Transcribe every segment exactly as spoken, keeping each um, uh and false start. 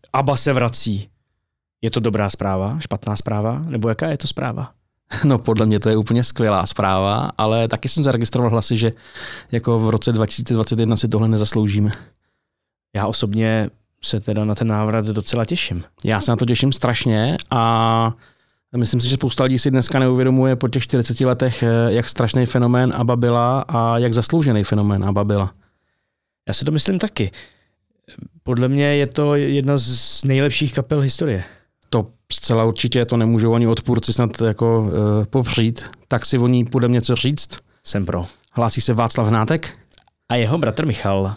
ABBA se vrací. Je to dobrá zpráva, špatná zpráva, nebo jaká je to zpráva? No podle mě to je úplně skvělá zpráva, ale taky jsem zaregistroval hlasy, že jako v roce dva tisíce dvacet jedna si tohle nezasloužíme. Já osobně se teda na ten návrat docela těším. Já se na to těším strašně a myslím si, že spousta lidí si dneska neuvědomuje po těch čtyřiceti letech, jak strašný fenomén ABBA byla a jak zasloužený fenomén ABBA byla. Já si to myslím taky. Podle mě je to jedna z nejlepších kapel historie. To zcela určitě, to nemůžou ani odpůrci snad jako uh, povřít. Tak si o ní půjdeme něco říct. Jsem pro. Hlásí se Václav Hnátek. A jeho bratr Michal.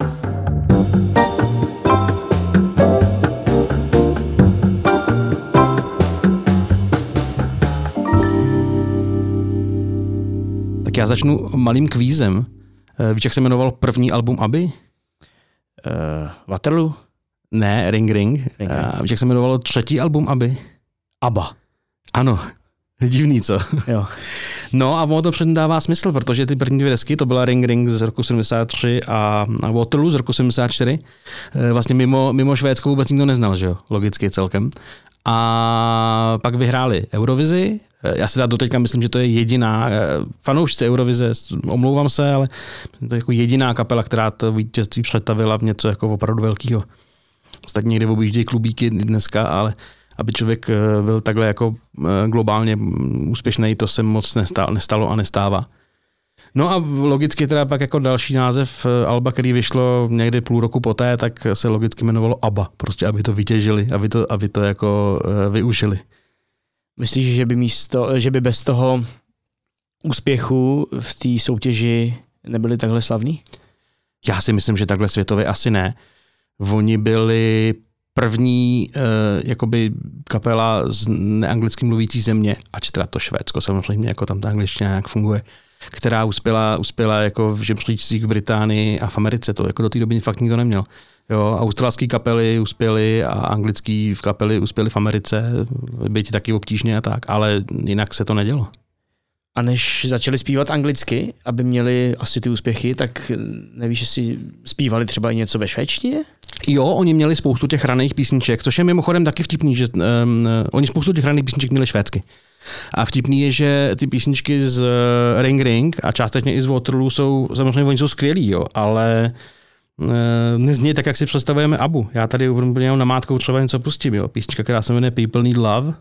Tak já začnu malým kvízem. Víš, jak se jmenoval první album ABBY? Uh, Waterloo? Ne, Ring Ring. Ring, Ring. Uh, víš, jak se jmenovalo třetí album ABBY? ABBA. Ano, divný, co? Jo. No a ono to předtím dává smysl, protože ty první dvě desky, to byla Ring Ring z roku sedmdesát tři a Waterloo z roku sedmdesát čtyři. Vlastně mimo, mimo Švédsko vůbec nikdo neznal, že jo? Logicky celkem. A pak vyhráli Eurovizi. Já si do teďka myslím, že to je jediná, fanoušci Eurovize, omlouvám se, ale to je jako jediná kapela, která to vítězství přetavila v něco jako opravdu velkého. Ostatně někde objíždějí klubíky dneska, ale aby člověk byl takhle jako globálně úspěšný, to se moc nestalo, nestalo a nestává. No a logicky teda pak jako další název alba, který vyšlo někdy půl roku poté, tak se logicky jmenovalo ABBA, prostě aby to vytěžili, aby to, aby to jako využili. Myslíš, že by, místo, že by bez toho úspěchu v té soutěži nebyli takhle slavní? Já si myslím, že takhle světově asi ne. Oni byli první eh, jakoby kapela z neanglicky mluvící země, ač teda to Švédsko samozřejmě, jako tam ta angličtina nějak funguje, která uspěla, uspěla jako v žebříčcích v Británii a v Americe. To jako do té doby fakt nikdo neměl. Jo, australský kapely uspěly a anglický v kapely uspěly v Americe, byť taky obtížně a tak, ale jinak se to nedělo. A než začali zpívat anglicky, aby měli asi ty úspěchy, tak nevíš, jestli zpívali třeba i něco ve švédštině? Jo, oni měli spoustu těch raných písniček, což je mimochodem taky vtipný, že um, oni spoustu těch raných písniček měli švédsky. A vtipný je, že ty písničky z Ring Ring a částečně i z Waterloo jsou, samozřejmě oni jsou skvělí, jo, ale nezní tak, jak si představujeme ABBU. Já tady úplně namátkou třeba něco pustím, jo. Písnička, která se jmenuje People Need Love.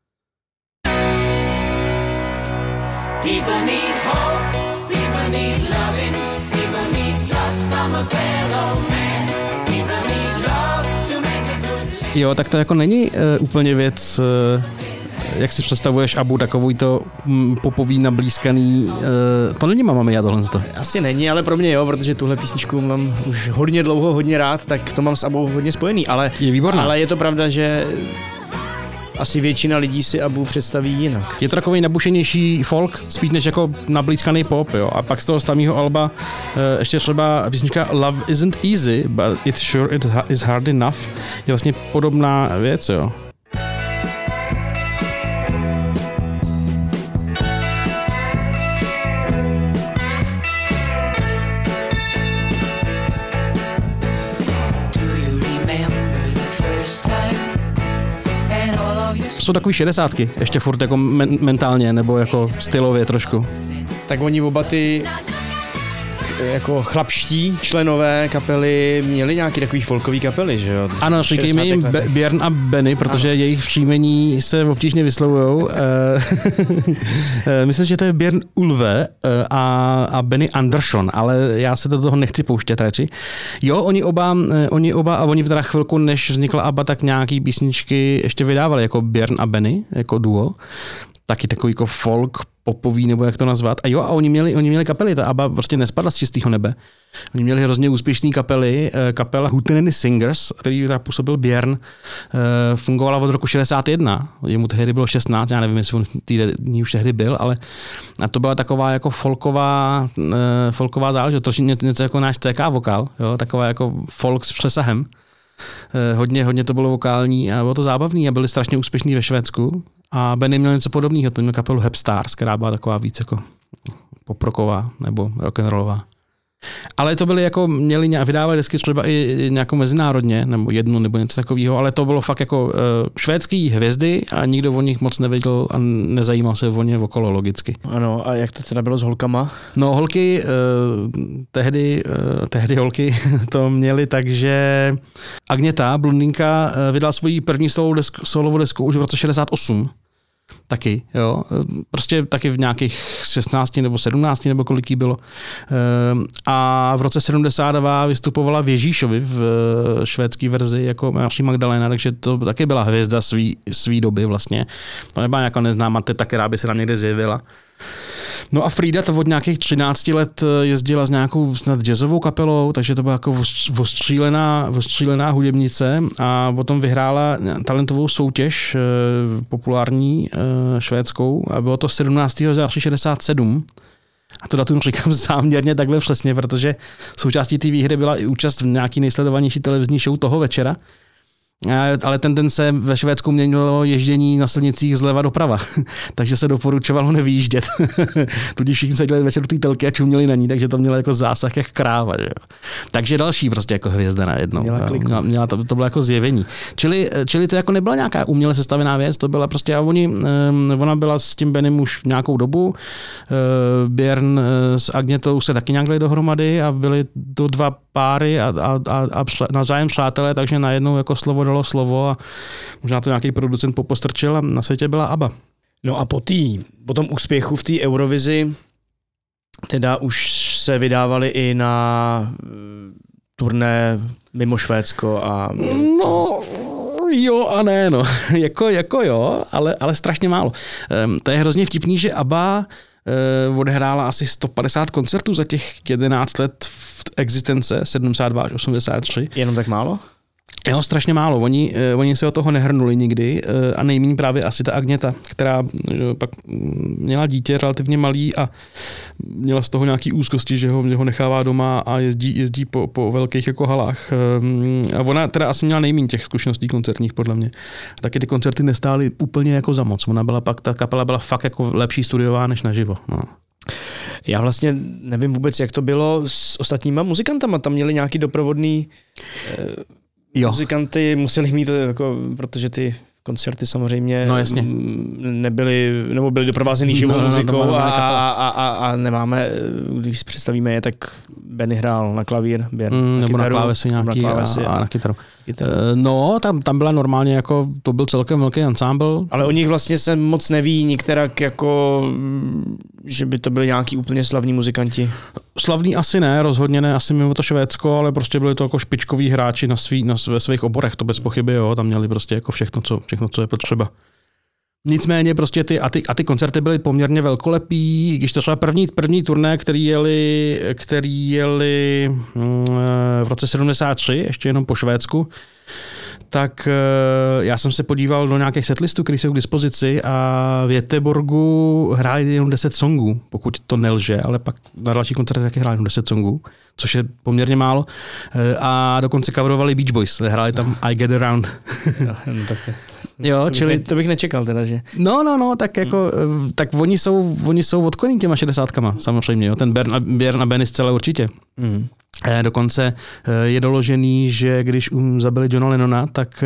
People need hope, people need loving, people need trust from a fellow man. People need love to make a good life. Jo, tak to jako není uh, úplně věc, uh, jak si představuješ ABBU, takový to mm, popový nablízkaný, uh, to není Mamma Mia tohle. Asi není, ale pro mě jo, protože tuhle písničku mám už hodně dlouho, hodně rád, tak to mám s ABBou hodně spojený, ale je výborná. Ale je to pravda, že asi většina lidí si ABBU představí jinak. Je to takový nabušenější folk, spíš než jako nablízkaný pop, jo. A pak z toho samého alba uh, ještě třeba písnička Love Isn't Easy, but it's sure it is hard enough. Je vlastně podobná věc, jo. Jsou takový šedesátky, ještě furt jako men- mentálně, nebo jako stylově trošku. Tak oni oba ty jako chlapští členové kapely měli nějaký takový folkový kapely, že jo? Ano, říkejme jim Be- Björn a Benny, protože ano. Jejich příjmení se obtížně vyslovujou. Myslím, že to je Björn Ulve a, a Benny Andersson, ale já se do toho nechci pouštět radši. Jo, oni oba, oni oba a oni teda chvilku, než vznikla ABBA, tak nějaký písničky ještě vydávali jako Björn a Benny, jako duo. Taky takový jako folk, popový, nebo jak to nazvat. A jo, a oni měli, oni měli kapely, ta ABBA prostě nespadla z čistého nebe. Oni měli hrozně úspěšné kapely, kapela Hootenanny Singers, který teda působil Björn, fungovala od roku šedesát jedna, jemu tehdy bylo šestnáct, já nevím, jestli on ní už tehdy byl, ale a to byla taková jako folková, folková záležitost, trošku něco jako náš C K vokál, jo, taková jako folk s přesahem. Hodně, hodně to bylo vokální a bylo to zábavný a byli strašně úspěšní ve Švédsku. A Benny měl něco podobného, to měl kapelu Hep Stars, která byla taková víc jako poproková nebo rock'n'rollová. Ale to byly jako, měli nějak, vydávali desky třeba i nějakou mezinárodně, nebo jednu, nebo něco takového, ale to bylo fakt jako uh, švédský hvězdy a nikdo o nich moc nevěděl a nezajímal se o ně okolo logicky. Ano, a jak to teda bylo s holkama? No holky, uh, tehdy, uh, tehdy holky to měly tak, že Agneta, blondýnka, uh, vydala svoji první solovou desku, solovou desku už v roce šedesát osm. Taky, jo. Prostě taky v nějakých šestnácti nebo sedmnácti nebo kolik jí bylo. A v roce sedmdesát dva vystupovala v Ježíšovi v švédské verzi jako naší Magdalena, takže to taky byla hvězda svý, svý doby vlastně. To nebyla nějaká neznámá teta, která by se tam někde zjevila. No a Frida to od nějakých třinácti let jezdila s nějakou snad jazzovou kapelou, takže to byla jako ostřílená, ostřílená hudebnice a potom vyhrála talentovou soutěž populární švédskou a bylo to sedmnáctého září šedesát sedm. A to datum říkám záměrně takhle přesně, protože součástí té výhry byla i účast v nějaký nejsledovanější televizní show toho večera. Ale ten den se ve Švédsku měnilo ježdění na silnicích zleva doprava, takže se doporučovalo nevýjíždět. Tudíž všichni seděli večer do té telky a čuměli na ní, takže to mělo jako zásah jak kráva. Že? Takže další prostě jako hvězda najednou. Měla, měla, měla to, to bylo jako zjevení. Čili, čili to jako nebyla nějaká uměle sestavená věc, to byla prostě, a oni, ona byla s tím Benem už nějakou dobu, Björn s Agnetou se taky nějak dali dohromady a byly to dva páry a, a, a, a navzájem přátelé, takže najednou jako slovo dalo slovo a možná to nějaký producent popostrčil a na světě byla ABBA. No a po, tý, po tom úspěchu v té Eurovizi teda už se vydávali i na turné mimo Švédsko a... No, jo a ne, no. jako, jako jo, ale, ale strašně málo. Um, to je hrozně vtipný, že ABBA uh, odehrála asi sto padesát koncertů za těch jedenáct let v existence, sedmdesát dva až osmdesát tři. Jenom tak málo? Jo, strašně málo. Oni, eh, oni se od toho nehrnuli nikdy eh, a nejméně právě asi ta Agneta, která že, pak měla dítě relativně malý a měla z toho nějaký úzkosti, že ho, že ho nechává doma a jezdí, jezdí po, po velkých jako halách. Eh, a ona teda asi měla nejméně těch zkušeností koncertních podle mě. A taky ty koncerty nestály úplně jako za moc. Ona byla pak, ta kapela byla fakt jako lepší studiová než naživo. No. Já vlastně nevím vůbec, jak to bylo s ostatníma muzikantama. Tam měli nějaký doprovodný... Eh, Jo. Muzikanty museli mít, jako, protože ty koncerty samozřejmě no, jasně. nebyly, nebo byly doprovázený živou no, muzikou no, no, a, a, a, a nemáme, když si představíme je, tak Benny hrál na klavír, Björn mm, na nebo kytaru, na klávesy nějaký na klávesy a, a na kytaru. kytaru. No, tam, tam byla normálně jako, to byl celkem velký ansámbl. Ale o nich vlastně se moc neví nikterak jako, že by to byli nějaký úplně slavní muzikanti. Slavný asi ne, rozhodně ne, asi mimo to Švédsko, ale prostě byli to jako špičkoví hráči na, svý, na ve svých oborech, to bez pochyby, jo, tam měli prostě jako všechno, co, všechno, co je potřeba. Nicméně prostě ty a, ty a ty koncerty byly poměrně velkolepý, když to třeba první, první turné, který jeli, který jeli mm, v roce sedmdesát tři, ještě jenom po Švédsku, tak já jsem se podíval do nějakých setlistů, které jsou k dispozici a v Göteborgu hráli jenom deset songů, pokud to nelže, ale pak na další koncert taky hráli jenom deset songů, což je poměrně málo. A dokonce coverovali Beach Boys, hráli tam I Get Around. No, no, tak to, jo, to, bych čili... ne, to bych nečekal teda, že? No, no, no, tak jako, hmm. tak oni jsou, oni jsou odkoní těma šedesátkama, samozřejmě, jo. Ten Björn a Benny zcela určitě. Hmm. Dokonce je doložený, že když um zabili Johna Lennona, tak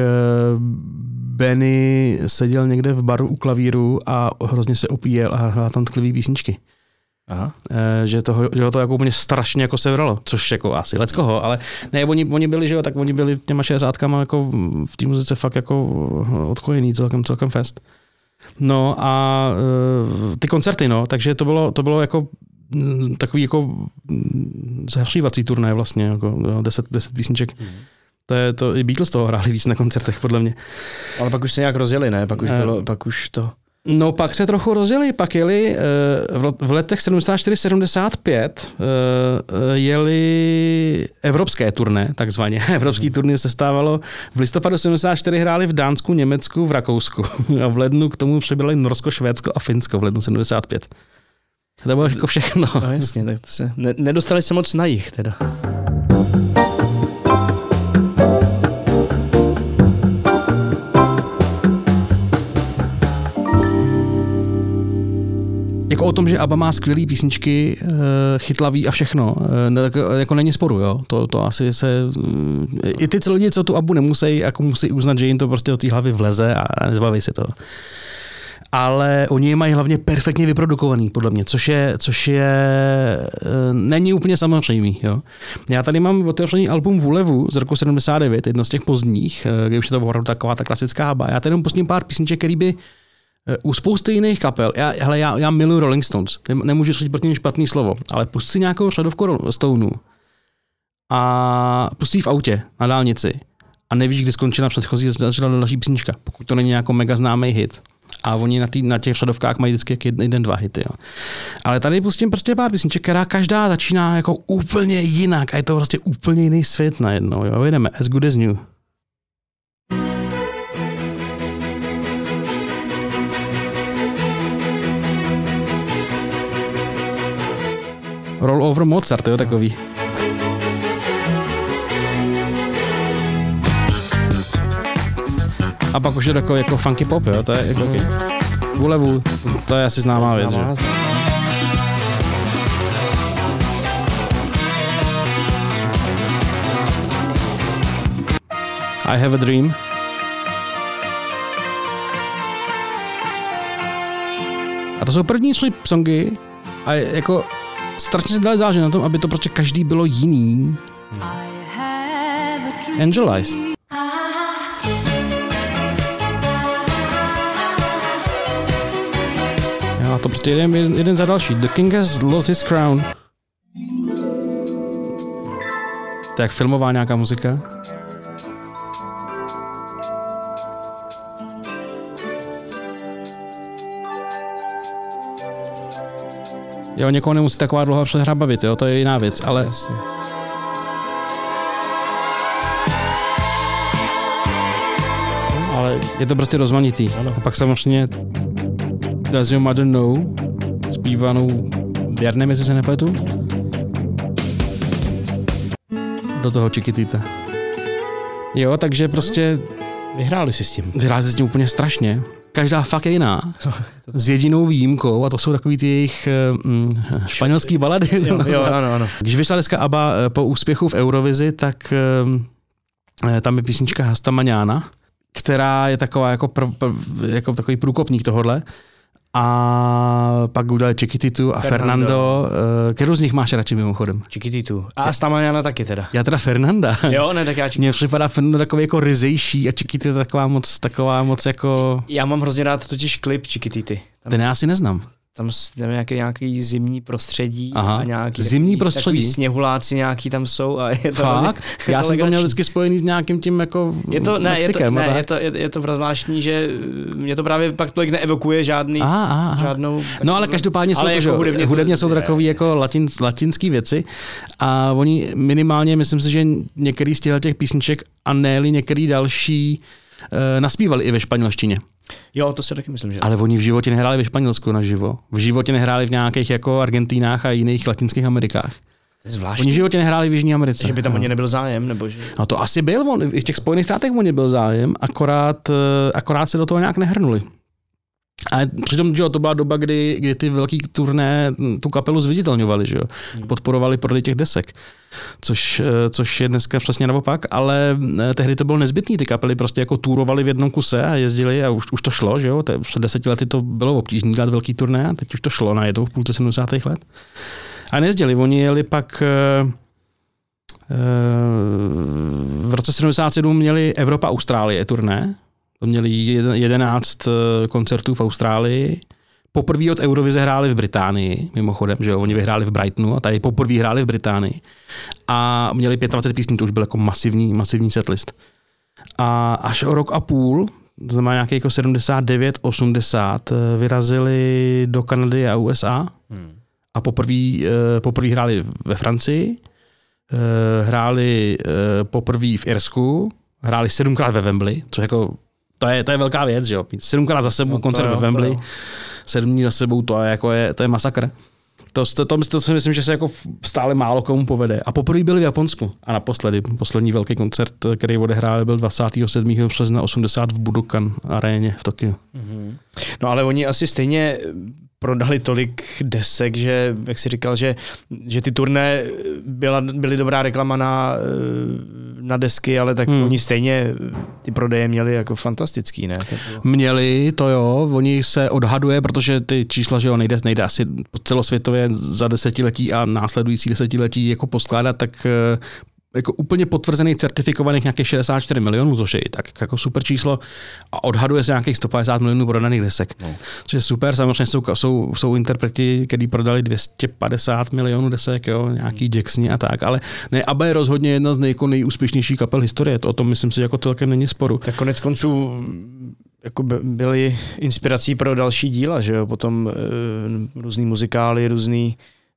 Benny seděl někde v baru u klavíru a hrozně se opíjel a hrál tam tklivý písničky. Aha. Že, toho, že ho to jako úplně strašně jako sevralo, což jako asi leckoho, ale ne, oni, oni byli, že jo, tak oni byli těma šedesátkama jako v té muzice fakt jako odkojený, celkem, celkem fest. No a ty koncerty, no, takže to bylo, to bylo jako takový jako zahřívací turné vlastně, jako deset, deset písniček. Hmm. To je to, i Beatles toho hráli víc na koncertech, podle mě. Ale pak už se nějak rozjeli, ne? Pak už, bylo, pak už to... No pak se trochu rozjeli, pak jeli v letech sedmdesát čtyři sedmdesát pět jeli evropské turné, takzvaně. Evropský hmm. turné se stávalo. V listopadu sedmdesát čtyři hráli v Dánsku, Německu, v Rakousku. A v lednu k tomu přibyli Norsko, Švédsko a Finsko v lednu sedmdesát pět. To bylo jako všechno. No jasně, tak to se ne, nedostali se moc na jih teda. Jako jako o tom, že ABBA má skvělý písničky, chytlavý a všechno, tak jako není sporu, jo. To, to asi se... I ty lidi, co tu ABBU nemusí, jako musí uznat, že jim to prostě do té hlavy vleze a nezbaví si to. Ale oni je mají hlavně perfektně vyprodukovaný, podle mě, což je, což je není úplně samozřejmý. Jo. Já tady mám otevřený album Vulevu z roku sedmdesát devět, jedno z těch pozdních, kde už je to opravdu taková ta klasická ABBA. Já tady jenom pustím pár písniček, který by u spousty jiných kapel, já, hele, já, já miluji Rolling Stones, nemůžu říct proti ním špatný slovo, ale pust si nějakou řadovku Stoneů a pustí v autě na dálnici a nevíš, kdy skončila předchozí další písnička, pokud to není jako mega známý hit. A oni na, tý, na těch řadovkách mají vždycky jeden, dva hity. Jo. Ale tady pustím prostě pár písniček, která každá začíná jako úplně jinak a je to prostě úplně jiný svět najednou. Jo. Jdeme, As Good As New. Roll Over Mozart, jo, takový. A pak už je takový jako funky pop, jo, to je jako okay. Vulevu, to je asi známá věc, že? I Have a Dream. A to jsou první tři songy a jako strašně se dali záležet na tom, aby to prostě každý bylo jiný. Angelize. A to prostě jeden, jeden za další. The King Has Lost His Crown. To je jak filmová nějaká muzika. Jo, někoho nemusí taková dlouhá přehra bavit, jo, to je jiná věc, ale... Jasně. No, ale je to prostě rozmanitý. Ano. A pak samozřejmě Does Your Mother Know, zpívanou Bjarnem, jestli se nepletu. Do toho Chiquitita. Jo, takže prostě... Vyhráli si s tím. Vyhráli si s tím úplně strašně. Každá fakt je jiná. S jedinou výjimkou, a to jsou takový ty jejich mm, španělský balady. Jo, jo, ano, ano. Když vyšla dneska ABBA po úspěchu v Eurovizi, tak mm, tam je písnička Hasta Mañana, která je taková jako, pr, pr, jako takový průkopník tohodle. A pak udělali Chiquititu a Fernando. Fernando. Kterou z nich máš radši mimochodem? Chiquititu. A Hasta Mañana taky teda. Já teda Fernanda. Jo, ne, tak já Chiquititu. Mně připadá Fernando takový jako ryzejší a Chiquitita taková moc, taková moc jako... Já mám hrozně rád totiž klip Chiquitity. Ten já si neznám. Tam je nějaký, nějaký zimní prostředí. Aha, a nějaký zimní takový, prostředí. Takový sněhuláci nějaký tam jsou. A je to fakt? Je já to jsem to legrační. měl vždycky spojený s nějakým tím jako je to, ne, Mexikem. Je to, ne, je to, je, je to zvláštní, že mě to právě pak tolik neevokuje žádný, aha, aha. žádnou... No ale každopádně jsou to, jako že hudebně, hudebně jsou to takové jako latin, latinský věci a oni minimálně, myslím si, že některý z těch písniček a ne-li některý další e, naspívali i ve španělštině. Jo, to si taky myslím, že... Ale oni v životě nehráli ve Španělsku naživo. V životě nehráli v nějakých jako Argentínách a jiných latinských Amerikách. To je zvláštní. Oni v životě nehráli v Jižní Americe. Že by tam o ně nebyl zájem, nebo že... No to asi byl, on, i v těch Spojených státech o ně byl zájem, akorát, akorát se do toho nějak nehrnuli. A přitom, že jo, to byla doba, kdy, kdy ty velký turné tu kapelu zviditelňovali, že jo. Podporovali prodej těch desek, což, což je dneska přesně naopak, ale tehdy to bylo nezbytný, ty kapely prostě jako tourovali v jednom kuse a jezdili a už, už to šlo, že jo. Před deseti lety to bylo obtížné dělat velký turné a teď už to šlo najednou v půlce sedmdesátých let. A nejezdili, oni jeli pak... V roce sedmdesát sedm měli Evropa Austrálie turné. To měli jedenáct koncertů v Austrálii. Poprvé od Eurovize hráli v Británii, mimochodem, že jo, oni vyhráli v Brightonu a tady poprvé hráli v Británii. A měli dvacet pět písní, to už byl jako masivní, masivní setlist. A až o rok a půl, to znamená nějaký jako sedmdesát devět osmdesát, vyrazili do Kanady a U S A. Hmm. A poprvé, poprvé hráli ve Francii, hráli poprvé v Irsku, hráli sedmkrát ve Wembley, což jako To je, to je velká věc, že jo. Sedmkrát za sebou no koncert ve Wembley, sedm dní za sebou, to je, jako je, to je masakr. To, to, to, to si myslím, že se jako stále málo komu povede. A poprvé byli v Japonsku. A naposledy, poslední velký koncert, který odehráli, byl dvacátého sedmého března osmdesát v Budokan aréně v Tokiu. Mm-hmm. No ale oni asi stejně prodali tolik desek, že, jak jsi říkal, že, že ty turné byla, byly dobrá reklama na, na desky, ale tak hmm. oni stejně ty prodeje měli jako fantastický, ne? To bylo... Měli, to jo, oni se odhaduje, protože ty čísla, že jo, nejde, nejde asi celosvětově za desetiletí a následující desetiletí jako poskládat, tak jako úplně potvrzených, certifikovaných nějakých šedesát čtyři milionů, což je i tak jako super číslo a odhaduje se nějakých sto padesát milionů prodaných desek. No. Což je super, samozřejmě jsou, jsou, jsou interpreti, kteří prodali dvě stě padesát milionů desek, jo, nějaký Jacksoni a tak, ale ne, ABBA je rozhodně jedna z nej, nejúspěšnějších kapel historie, to o tom myslím si, jako celkem není sporu. Tak konec konců jako byly inspirací pro další díla, že jo, potom e, různý muzikály, různý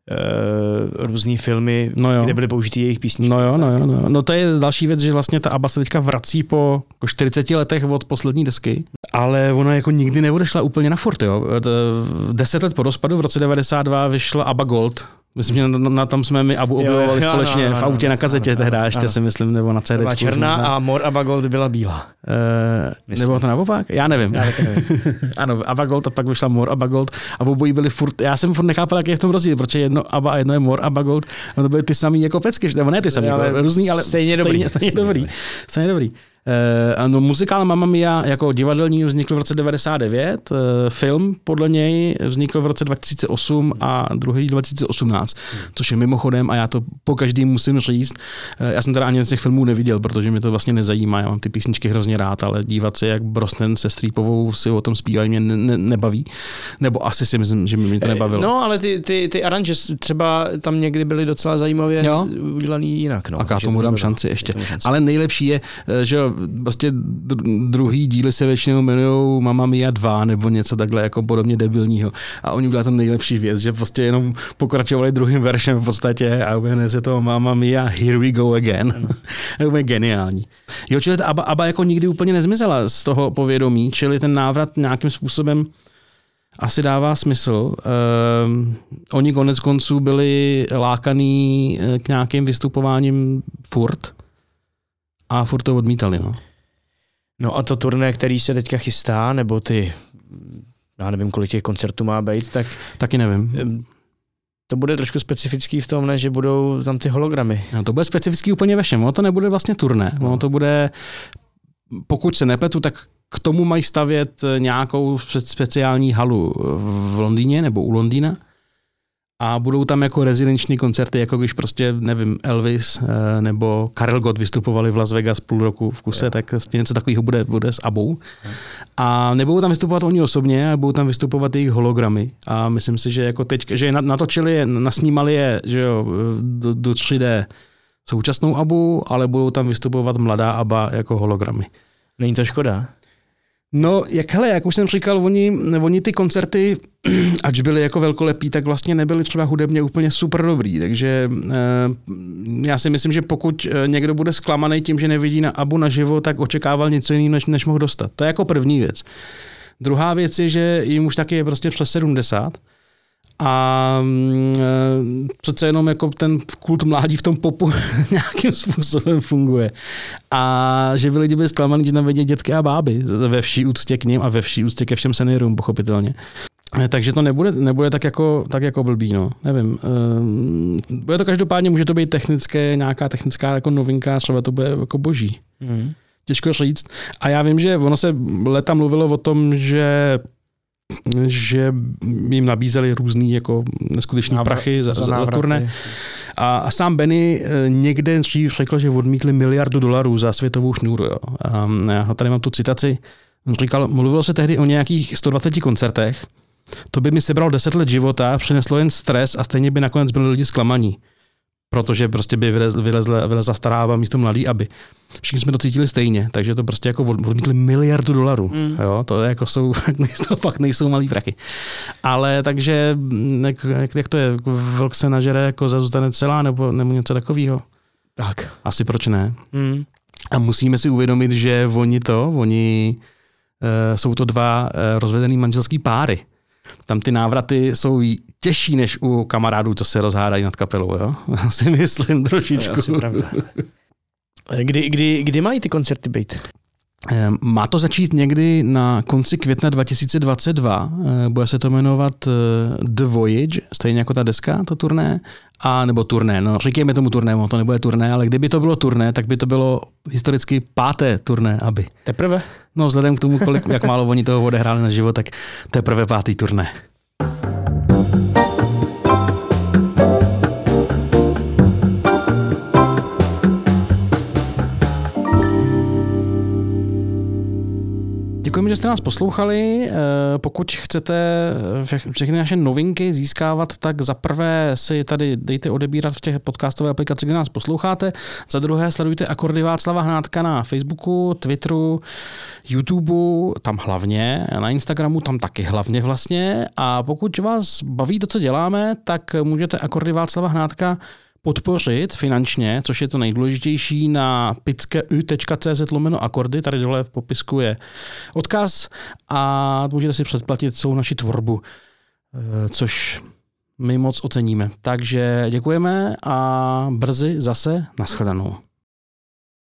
Uh, různý filmy, no kde byly použitý jejich písničky. No jo, no jo, no jo. No to je další věc, že vlastně ta ABBA se teďka vrací po čtyřiceti letech od poslední desky, ale ona jako nikdy neodešla úplně na furt, jo. Deset let po rozpadu v roce devadesát dva vyšla ABBA Gold. Myslím, že na, na tom jsme my ABBU objevovali jo, jo, společně no, no, no, v autě no, na kazetě no, tehdy, ještě no. si myslím, nebo na C D. Byla černá a More ABBA Gold byla bílá. Uh, nebo to naopak? Já nevím. Já nevím. Ano, ABBA Gold a pak vyšla More ABBA Gold a obojí byly furt, já jsem furt nechápal, jaký je v tom rozdíl, protože jedno ABBA a jedno je More ABBA Gold, no to byly ty samý jako pecky, nebo ne ty samý, jako, různý, ale stejně, stejně dobrý. Stejně dobrý. Stejně dobrý. Uh, no, muzikál Mamma Mia jako divadelní vznikl v roce devadesát devět, uh, film podle něj vznikl v roce dva tisíce osm a druhý dva tisíce osmnáct, hmm. což je mimochodem, a já to po každý musím říct, uh, já jsem teda ani z těch filmů neviděl, protože mě to vlastně nezajímá, já mám ty písničky hrozně rád, ale dívat se, jak Brosnan se Streepovou si o tom zpívají, mě ne, ne, nebaví, nebo asi si myslím, že mě to nebavilo. No, ale ty, ty, ty aranže třeba tam někdy byly docela zajímavě jo? udělaný jinak. No, a já tomu dám šanci ještě. Šanci. Ale nejlepší je, že prostě druhý díly se většinou jmenujou Mamma Mia dva nebo něco takhle jako podobně debilního. A oni udělali tam nejlepší věc, že prostě jenom pokračovali druhým veršem v podstatě a uběhne se to Mamma Mia, here we go again. To je geniální. Jo, čili ta ABBA, ABBA jako nikdy úplně nezmizela z toho povědomí, čili ten návrat nějakým způsobem asi dává smysl. Um, oni konec konců byli lákaný k nějakým vystupováním furt a furt to odmítali, no. No a to turné, který se teďka chystá, nebo ty, já nevím, kolik těch koncertů má být, tak... Taky nevím. To bude trošku specifický v tom, ne, že budou tam ty hologramy. No to bude specifický úplně ve všem. Ono to nebude vlastně turné. Ono to bude, pokud se nepletu, tak k tomu mají stavět nějakou speciální halu v Londýně nebo u Londýna. A budou tam jako rezidenční koncerty, jako když prostě, nevím, Elvis nebo Karel Gott vystupovali v Las Vegas půl roku v kuse, tak něco takového bude, bude s ABBou. A nebudou tam vystupovat oni osobně, a budou tam vystupovat jejich hologramy. A myslím si, že jako teď, že natočili, nasnímali je, že jo, do, do tři dé současnou ABBu, ale budou tam vystupovat mladá ABBA jako hologramy. Není to škoda? No, jak hele, jak už jsem říkal, oni, oni ty koncerty, ač byly jako velkolepí, tak vlastně nebyly třeba hudebně úplně super dobrý, takže eh, já si myslím, že pokud někdo bude zklamaný tím, že nevidí na ABBu naživo, tak očekával něco jiného, než, než mohl dostat. To je jako první věc. Druhá věc je, že jim už taky je prostě přes sedmdesát a e, přece jenom jako ten kult mládí v tom popu nějakým způsobem funguje. A že by lidi byli zklamaný, že tam vidí dětky a báby ve vší úctě k nim a ve vší úctě ke všem seniorům, pochopitelně. E, takže to nebude, nebude tak, jako, tak jako blbý, no. Nevím. E, bude to každopádně, může to být technické, nějaká technická jako novinka, třeba to bude jako boží. Mm. Těžko říct. A já vím, že ono se leta mluvilo o tom, že že jim nabízeli různý jako neskutečný Návr- prachy za, za, za turné. A, a sám Benny někde dřív řekl, že odmítli miliardu dolarů za světovou šňůru. Jo. A já tady mám tu citaci. On říkal, mluvilo se tehdy o nějakých sto dvaceti koncertech. To by mi sebral deset let života, přineslo jen stres a stejně by nakonec byli lidi zklamaní. Protože prostě by vylezla, vylezla, vylezla stará ABBA místo mladý ABBY. Všichni jsme to cítili stejně, takže to prostě jako odmítli miliardu dolarů. Mm. Jo, to jako jsou, to fakt nejsou malý prachy. Ale takže, jak, jak to je, vlk se nažere, jako zůstane celá, nebo, nebo něco takového? Tak. Asi proč ne? Mm. A musíme si uvědomit, že oni to, oni uh, jsou to dva uh, rozvedený manželský páry. Tam ty návraty jsou těžší než u kamarádů, co se rozhádají nad kapelou, jo? Si myslím trošičku. Kdy, kdy, kdy mají ty koncerty být? Má to začít někdy na konci května dva tisíce dvacet dva, bude se to jmenovat The Voyage, stejně jako ta deska, to turné, a nebo turné, no říkejme tomu turné, to nebude turné, ale kdyby to bylo turné, tak by to bylo historicky páté turné, aby. Teprve? No vzhledem k tomu, kolik, jak málo oni toho odehráli na život, tak teprve pátý turné. Děkujeme, že jste nás poslouchali. Pokud chcete všechny naše novinky získávat, tak za prvé si tady dejte odebírat v těch podcastové aplikacích, kde nás posloucháte. Za druhé sledujte Akordy Václava Hnátka na Facebooku, Twitteru, YouTubeu, tam hlavně, na Instagramu tam taky hlavně vlastně. A pokud vás baví to, co děláme, tak můžete Akordy Václava Hnátka podpořit finančně, což je to nejdůležitější, na picke.cz lomeno akordy, tady dole v popisku je odkaz a můžete si předplatit celou naši tvorbu, což my moc oceníme. Takže děkujeme a brzy zase nashledanou.